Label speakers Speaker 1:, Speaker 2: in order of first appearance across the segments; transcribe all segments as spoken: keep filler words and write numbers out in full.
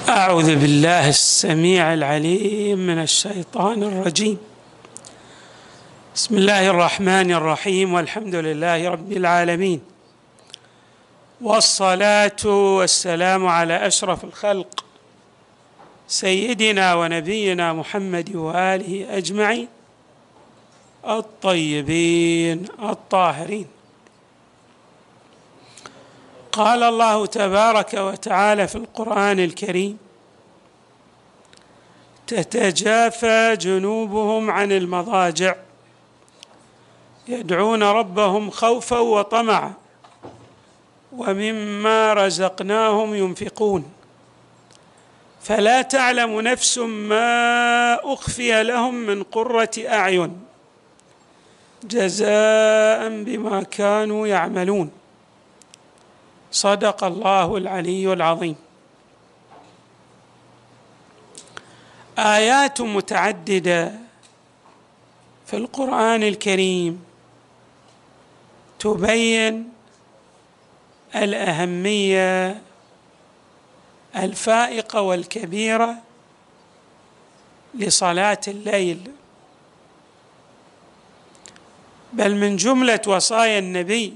Speaker 1: أعوذ بالله السميع العليم من الشيطان الرجيم. بسم الله الرحمن الرحيم، والحمد لله رب العالمين، والصلاة والسلام على أشرف الخلق سيدنا ونبينا محمد وآله أجمعين الطيبين الطاهرين. قال الله تبارك وتعالى في القرآن الكريم: تتجافى جنوبهم عن المضاجع يدعون ربهم خوفا وطمعا ومما رزقناهم ينفقون فلا تعلم نفس ما أخفي لهم من قرة أعين جزاء بما كانوا يعملون. صدق الله العلي العظيم. آيات متعددة في القرآن الكريم تبين الأهمية الفائقة والكبيرة لصلاة الليل، بل من جملة وصايا النبي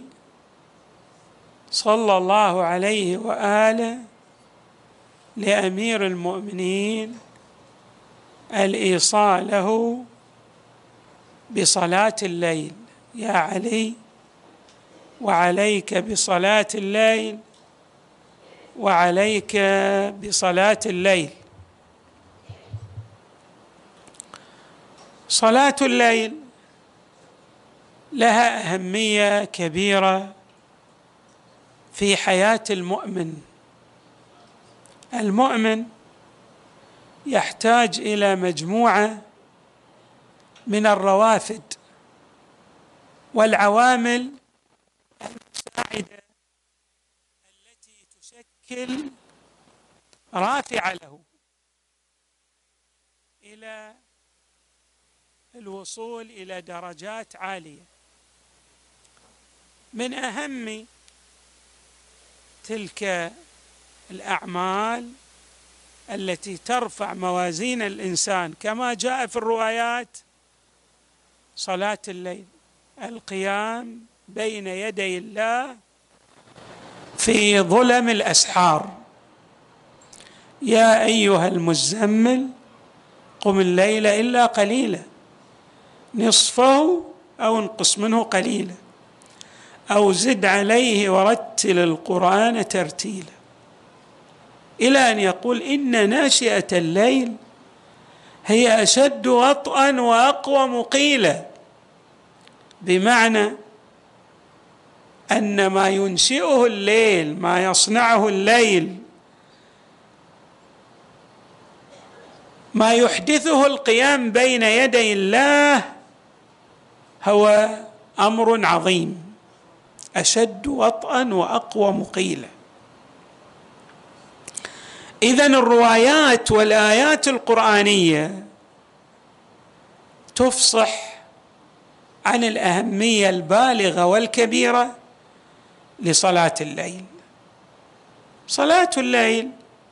Speaker 1: صلى الله عليه وآله لأمير المؤمنين الإيصاء له بصلاة الليل: يا علي وعليك بصلاة الليل وعليك بصلاة الليل. صلاة الليل لها أهمية كبيرة في حياة المؤمن. المؤمن يحتاج إلى مجموعة من الروافد والعوامل المساعدة التي تشكل رافعة له إلى الوصول إلى درجات عالية. من أهم تلك الأعمال التي ترفع موازين الإنسان كما جاء في الروايات صلاة الليل، القيام بين يدي الله في ظلم الأسحار: يا أيها المزمل قم الليل إلا قليلا نصفه أو انقص منه قليلا أو زد عليه ورتل القرآن ترتيلا، إلى أن يقول: إن ناشئة الليل هي أشد وطئا وأقوم قيلا، بمعنى أن ما ينشئه الليل، ما يصنعه الليل، ما يحدثه القيام بين يدي الله هو أمر عظيم، أشد وطئا وأقوم قيلا. إذن الروايات والآيات القرآنية تفصح عن الأهمية البالغة والكبيرة لصلاة الليل. صلاة الليل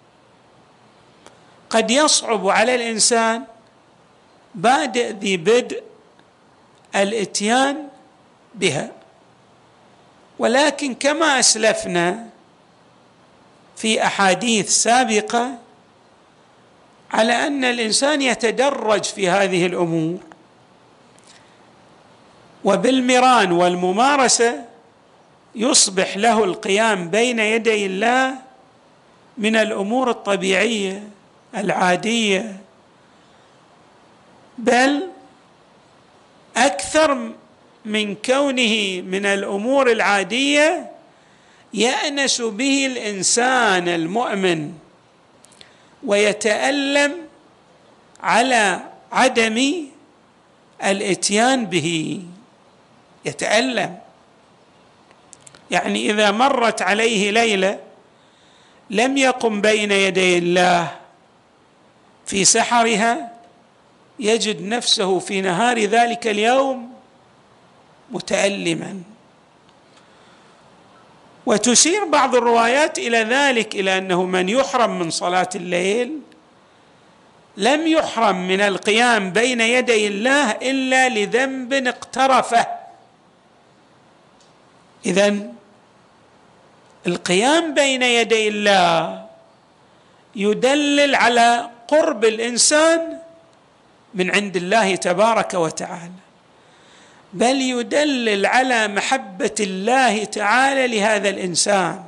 Speaker 1: قد يصعب على الإنسان بادئ ذي بدء الإتيان بها، ولكن كما أسلفنا في أحاديث سابقة على أن الإنسان يتدرج في هذه الأمور، وبالمران والممارسة يصبح له القيام بين يدي الله من الأمور الطبيعية العادية، بل أكثر من كونه من الأمور العادية يأنس به الإنسان المؤمن ويتألم على عدم الإتيان به، يتألم. يعني إذا مرت عليه ليلة لم يقم بين يدي الله في سحرها يجد نفسه في نهار ذلك اليوم متألما. وتشير بعض الروايات إلى ذلك، إلى أنه من يحرم من صلاة الليل لم يحرم من القيام بين يدي الله إلا لذنب اقترفه. إذن القيام بين يدي الله يدلل على قرب الإنسان من عند الله تبارك وتعالى، بل يدلل على محبة الله تعالى لهذا الإنسان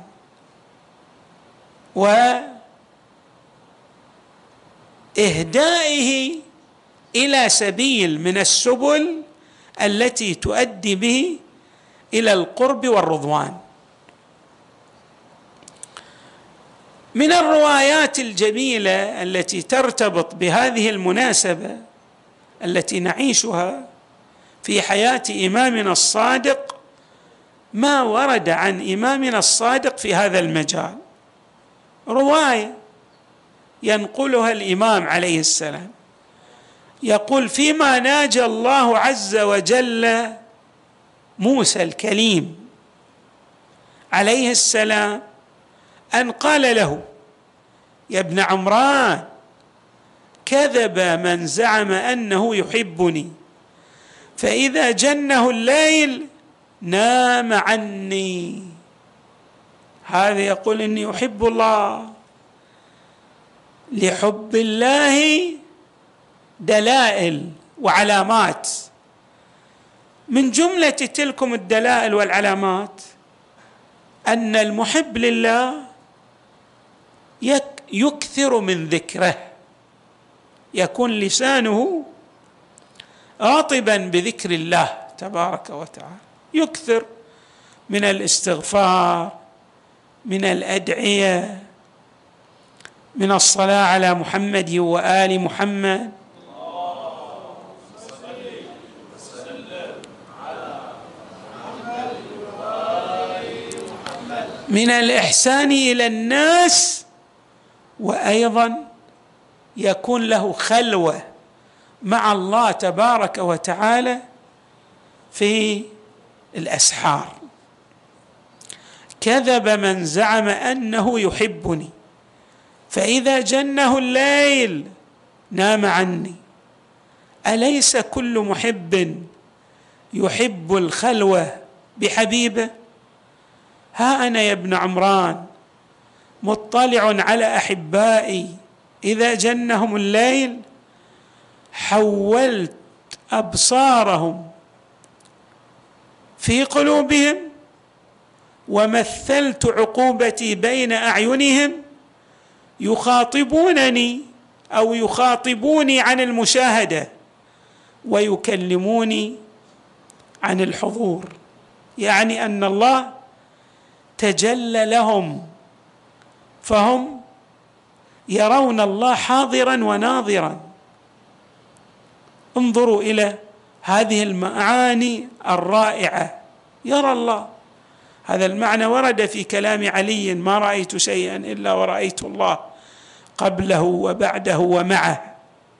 Speaker 1: وإهدائه إلى سبيل من السبل التي تؤدي به إلى القرب والرضوان. من الروايات الجميلة التي ترتبط بهذه المناسبة التي نعيشها في حياة إمامنا الصادق ما ورد عن إمامنا الصادق في هذا المجال. رواية ينقلها الإمام عليه السلام يقول: فيما ناجى الله عز وجل موسى الكليم عليه السلام أن قال له: يا ابن عمران، كذب من زعم أنه يحبني، فإذا جنه الليل نام عني. هذا يقول إني أحب الله. لحب الله دلائل وعلامات، من جملة تلكم الدلائل والعلامات أن المحب لله يكثر من ذكره، يكون لسانه راطبا بذكر الله تبارك وتعالى، يكثر من الاستغفار، من الأدعية، من الصلاة على محمد وآل محمد. من الإحسان إلى الناس، وأيضا يكون له خلوة مع الله تبارك وتعالى في الأسحار. كذب من زعم أنه يحبني، فإذا جنه الليل نام عني. أليس كل محب يحب الخلوة بحبيبه؟ ها أنا يا ابن عمران مطلع على أحبائي إذا جنهم الليل، حولت أبصارهم في قلوبهم ومثلت عقوبتي بين أعينهم، يخاطبونني أو يخاطبوني عن المشاهدة ويكلموني عن الحضور، يعني أن الله تجلى لهم فهم يرون الله حاضرا وناظرا. انظروا إلى هذه المعاني الرائعة، يرى الله. هذا المعنى ورد في كلام علي: ما رأيت شيئا إلا ورأيت الله قبله وبعده ومعه.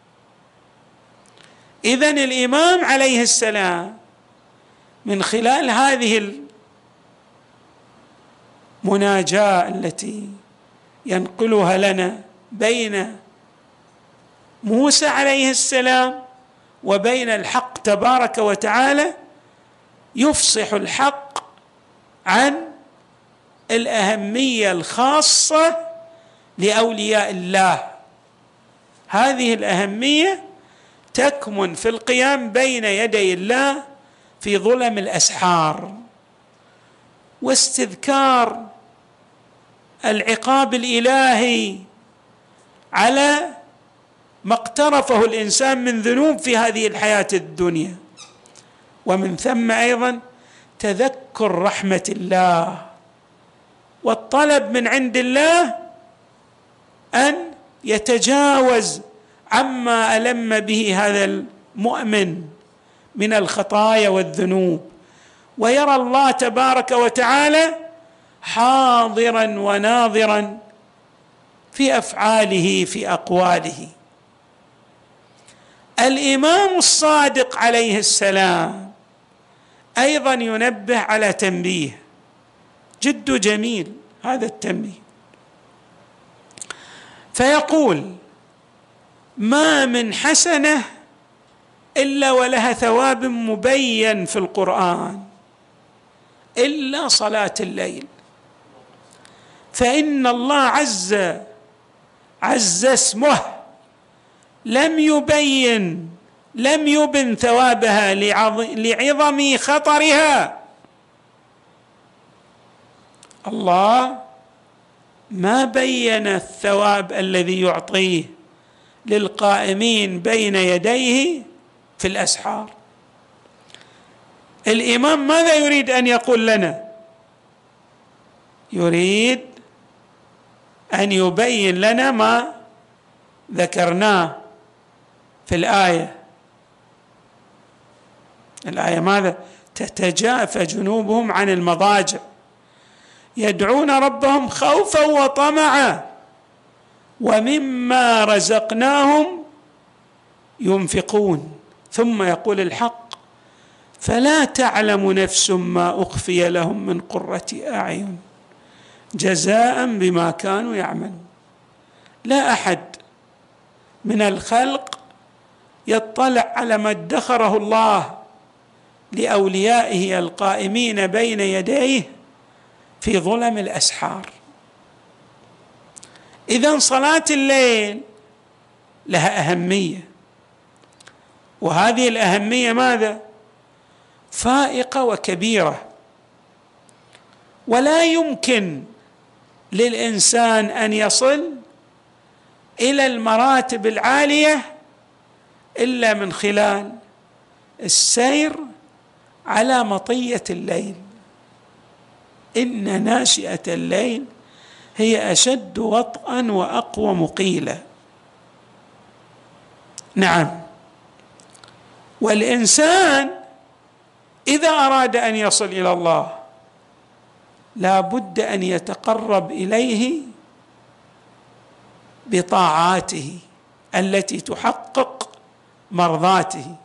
Speaker 1: إذن الإمام عليه السلام من خلال هذه المناجاة التي ينقلها لنا بين موسى عليه السلام وبين الحق تبارك وتعالى، يفصح الحق عن الأهمية الخاصة لأولياء الله. هذه الأهمية تكمن في القيام بين يدي الله في ظلم الأسحار، واستذكار العقاب الإلهي على ما اقترفه الإنسان من ذنوب في هذه الحياة الدنيا، ومن ثم أيضا تذكر رحمة الله والطلب من عند الله أن يتجاوز عما ألم به هذا المؤمن من الخطايا والذنوب، ويرى الله تبارك وتعالى حاضرا وناظرا في أفعاله في أقواله. الإمام الصادق عليه السلام أيضا ينبه على تنبيه جد جميل هذا التمرين. فيقول: ما من حسنة إلا ولها ثواب مبين في القرآن إلا صلاة الليل، فإن الله عز عز اسمه لم يبين لم يبن ثوابها لعظم خطرها. الله ما بين الثواب الذي يعطيه للقائمين بين يديه في الأسحار. الإمام ماذا يريد أن يقول لنا؟ يريد أن يبين لنا ما ذكرناه في الآية. الآية ماذا؟ تتجافى جنوبهم عن المضاجع يدعون ربهم خوفا وطمعا ومما رزقناهم ينفقون. ثم يقول الحق: فلا تعلم نفس ما أخفي لهم من قرة أعين جزاء بما كانوا يعملون. لا أحد من الخلق يطلع على ما ادخره الله لأوليائه القائمين بين يديه في ظلم الأسحار. إذن صلاة الليل لها أهمية، وهذه الأهمية ماذا؟ فائقة وكبيرة، ولا يمكن للإنسان أن يصل إلى المراتب العالية إلا من خلال السير على مطية الليل. إن ناشئة الليل هي أشد وطئا وأقوم قيلا. نعم، والإنسان إذا أراد أن يصل إلى الله لا بد أن يتقرب إليه بطاعاته التي تحقق مرضاته.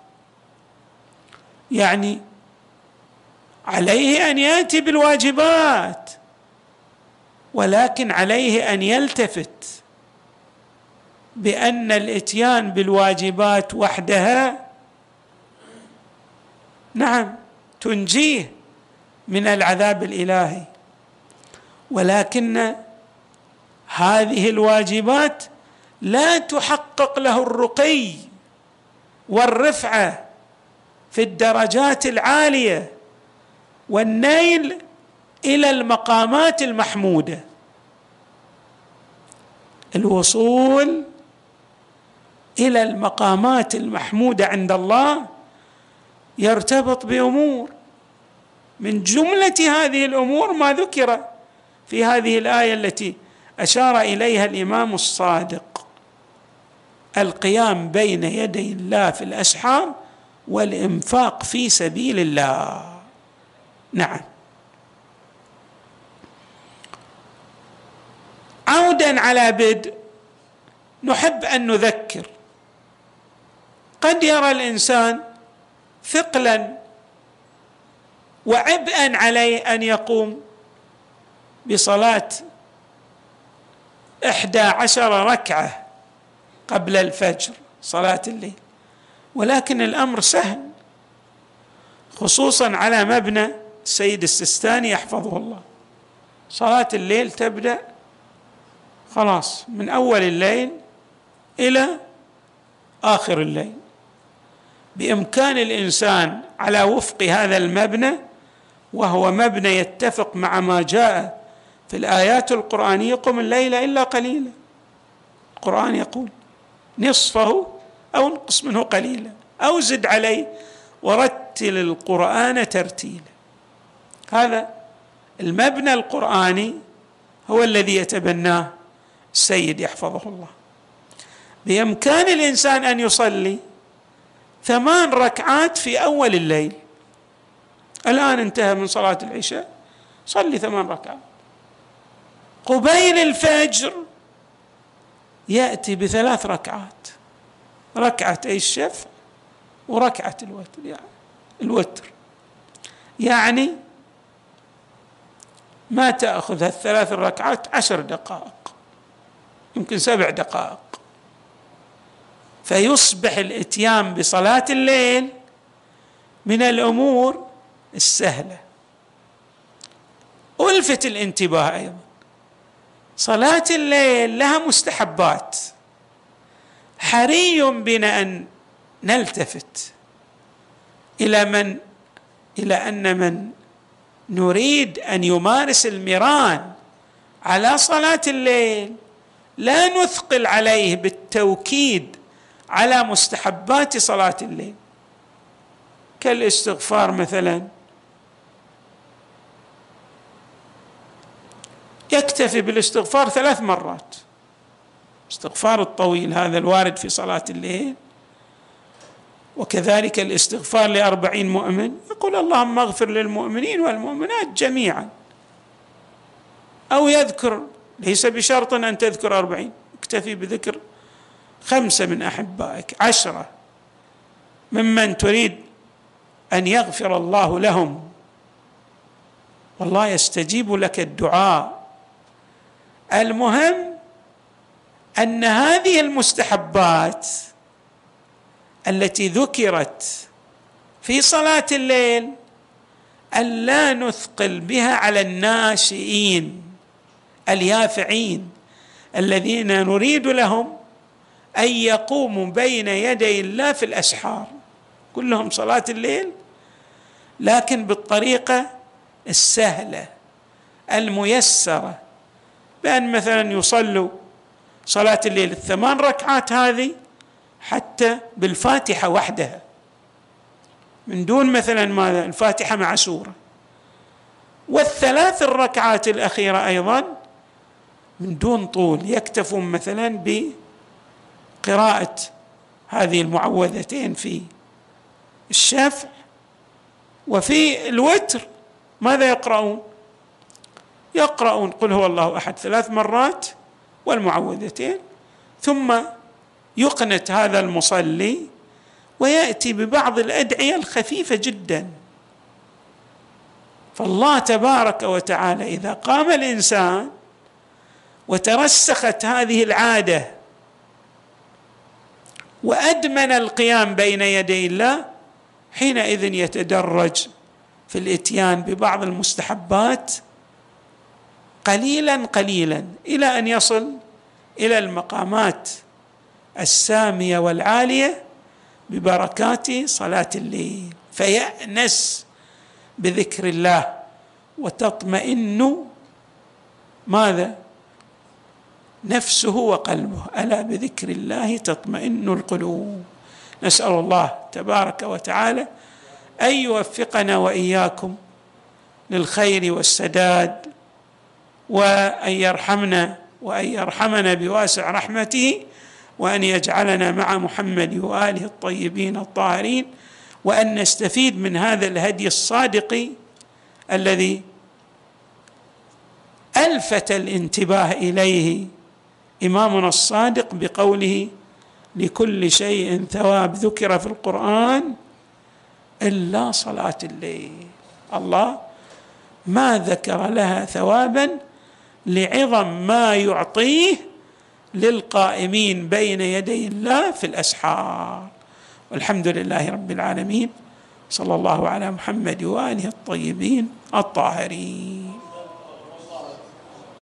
Speaker 1: يعني عليه أن يأتي بالواجبات، ولكن عليه أن يلتفت بأن الإتيان بالواجبات وحدها نعم تنجيه من العذاب الإلهي، ولكن هذه الواجبات لا تحقق له الرقي والرفعة في الدرجات العالية والنيل إلى المقامات المحمودة. الوصول إلى المقامات المحمودة عند الله يرتبط بأمور، من جملة هذه الأمور ما ذكر في هذه الآية التي أشار إليها الإمام الصادق: القيام بين يدي الله في الأسحار والإنفاق في سبيل الله. نعم. عودا على بدء، نحب أن نذكر: قد يرى الإنسان ثقلا وعبئا عليه أن يقوم بصلاة إحدى عشر ركعة قبل الفجر صلاة الليل، ولكن الأمر سهل، خصوصا على مبنى السيد السيستاني يحفظه الله. صلاة الليل تبدأ خلاص من أول الليل إلى آخر الليل. بإمكان الإنسان على وفق هذا المبنى، وهو مبنى يتفق مع ما جاء في الآيات القرآنية: قم الليل إلا قليلا. القرآن يقول: نصفه أو انقص منه قليلا أو زد عليه ورتل القرآن ترتيلا. هذا المبنى القرآني هو الذي يتبناه السيد يحفظه الله. بإمكان الإنسان أن يصلي ثمان ركعات في أول الليل. الآن انتهى من صلاة العشاء، صلي ثمان ركعات. قبيل الفجر يأتي بثلاث ركعات، ركعتي الشفع وركعة الوتر، يعني الوتر يعني ما تأخذ هالثلاث الركعات عشر دقائق، يمكن سبع دقائق، فيصبح الإتيان بصلاة الليل من الأمور السهلة. ألفت الانتباه أيضا، صلاة الليل لها مستحبات، حري بنا أن نلتفت إلى من إلى أن من نريد أن يمارس المران على صلاة الليل لا نثقل عليه بالتوكيد على مستحبات صلاة الليل، كالاستغفار مثلا، يكتفي بالاستغفار ثلاث مرات، استغفار الطويل هذا الوارد في صلاة الليل، وكذلك الاستغفار لأربعين مؤمن، يقول اللهم اغفر للمؤمنين والمؤمنات جميعا، أو يذكر، ليس بشرط أن تذكر أربعين، اكتفي بذكر خمسة من أحبائك، عشرة ممن تريد أن يغفر الله لهم، والله يستجيب لك الدعاء. المهم أن هذه المستحبات التي ذكرت في صلاة الليل أن لا نثقل بها على الناشئين اليافعين الذين نريد لهم أن يقوموا بين يدي الله في الأسحار، كلهم صلاة الليل لكن بالطريقة السهلة الميسرة، بأن مثلا يصلوا صلاة الليل الثمان ركعات هذه حتى بالفاتحة وحدها، من دون مثلا ماذا الفاتحة مع سورة، والثلاث الركعات الأخيرة أيضا من دون طول، يكتفون مثلا بقراءة هذه المعوذتين في الشفع، وفي الوتر ماذا يقرؤون؟ يقرؤون قل هو الله أحد ثلاث مرات والمعوذتين، ثم يقنت هذا المصلي ويأتي ببعض الأدعية الخفيفة جدا. فالله تبارك وتعالى إذا قام الإنسان وترسخت هذه العادة وأدمن القيام بين يدي الله، حينئذ يتدرج في الإتيان ببعض المستحبات قليلا قليلا إلى أن يصل إلى المقامات السامية والعالية ببركات صلاة الليل، فيأنس بذكر الله وتطمئن ماذا؟ نفسه وقلبه، ألا بذكر الله تطمئن القلوب. نسأل الله تبارك وتعالى أن يوفقنا وإياكم للخير والسداد، وأن يرحمنا وأن يرحمنا بواسع رحمته، وأن يجعلنا مع محمد وآله الطيبين الطاهرين، وأن نستفيد من هذا الهدي الصادق الذي ألفت الانتباه إليه إمامنا الصادق بقوله لكل شيء ثواب ذكر في القرآن إلا صلاة الليل. الله ما ذكر لها ثوابا لعظم ما يعطيه للقائمين بين يدي الله في الأسحار. والحمد لله رب العالمين، صلى الله على محمد وآله الطيبين الطاهرين.